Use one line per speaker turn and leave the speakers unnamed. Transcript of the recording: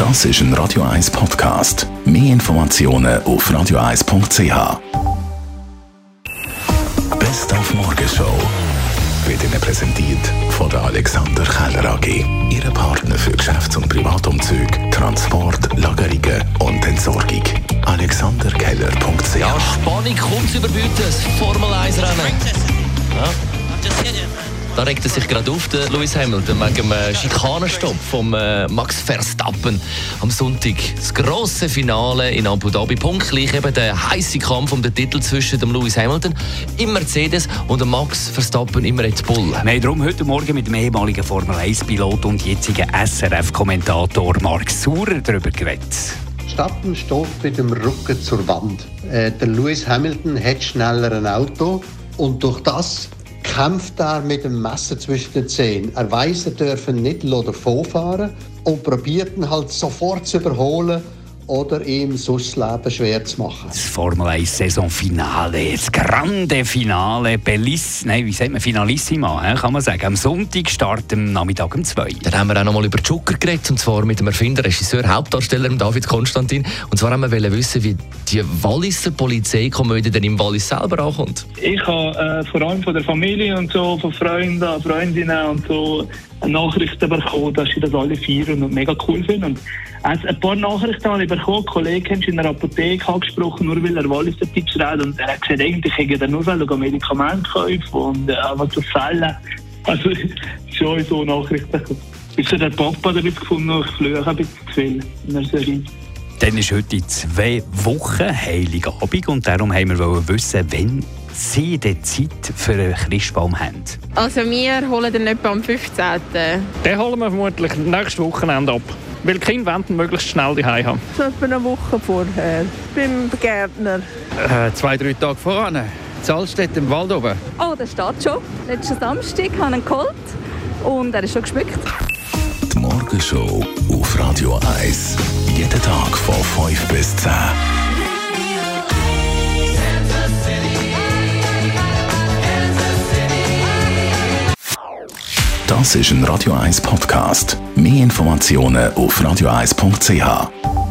Das ist ein Radio 1 Podcast. Mehr Informationen auf radio1.ch. Best auf Morgenshow wird Ihnen präsentiert von der Alexander Keller AG. Ihre Partner für Geschäfts- und Privatumzüge, Transport, Lagerungen und Entsorgung. alexanderkeller.ch.
Ja, Spannung kommt zu überbieten, das Formel-1-Rennen. Ja. Da regt er sich gerade auf, der Lewis Hamilton, wegen dem Schikanenstopp von Max Verstappen am Sonntag. Das grosse Finale in Abu Dhabi. Punktgleich eben der heisse Kampf um den Titel zwischen dem Lewis Hamilton im Mercedes und dem Max Verstappen im Red Bull.
Wir haben darum heute Morgen mit dem ehemaligen Formel-1-Pilot und jetzigen SRF-Kommentator Mark Saurer darüber geredet.
Verstappen steht mit dem Rücken zur Wand. Der Lewis Hamilton hat schneller ein Auto und durch das kämpft er mit dem Messer zwischen den Zähnen. Er weiss, er dürfe nicht davonfahren und probiert ihn halt sofort zu überholen oder ihm sonst das Leben schwer zu machen.
Das Formel-1-Saisonfinale, das grande Finale, Finalissima, kann man sagen. Am Sonntag startet am Nachmittag um 2.
Dann haben wir auch noch mal über Joker geredet, und zwar mit dem Erfinder, Regisseur, Hauptdarsteller David Konstantin. Und zwar haben wir wissen, wie die Walliser Polizeikomödie denn im Wallis selber ankommt.
Ich habe vor allem von der Familie und so, von Freunden, Freundinnen und so Nachrichten bekommen, dass sie das alle feiern und mega cool finden. Und also ein paar Nachrichten habe ich bekommen. Ein Kollege hat in einer Apotheke angesprochen, nur weil er Walliser Tipps redet. Und er hat gesagt, eigentlich hätte er nur Medikamente kaufen und was zu Fällen. Also schon so Nachrichten. Bis der Papa damit gefunden, ich flöhe ein bisschen zu viel in der Serie.
Dann ist heute in 2 Wochen Heiligabend und darum haben wir wissen, wann Sie die Zeit für einen Christbaum haben.
Also wir holen den etwa am 15.
Den holen wir vermutlich nächstes Wochenende ab. Weil die Kinder wollen möglichst schnell die Hause haben.
So etwa eine Woche vorher. Beim Gärtner.
2-3 Tage voran. In Salzstedt im Wald oben.
Oh, der steht schon. Letzten Samstag habe ich ihn geholt und er ist schon geschmückt.
Die Morgenshow auf Radio 1. Jeden Tag von 5 bis 10. Das ist ein Radio 1 Podcast. Mehr Informationen auf radio1.ch.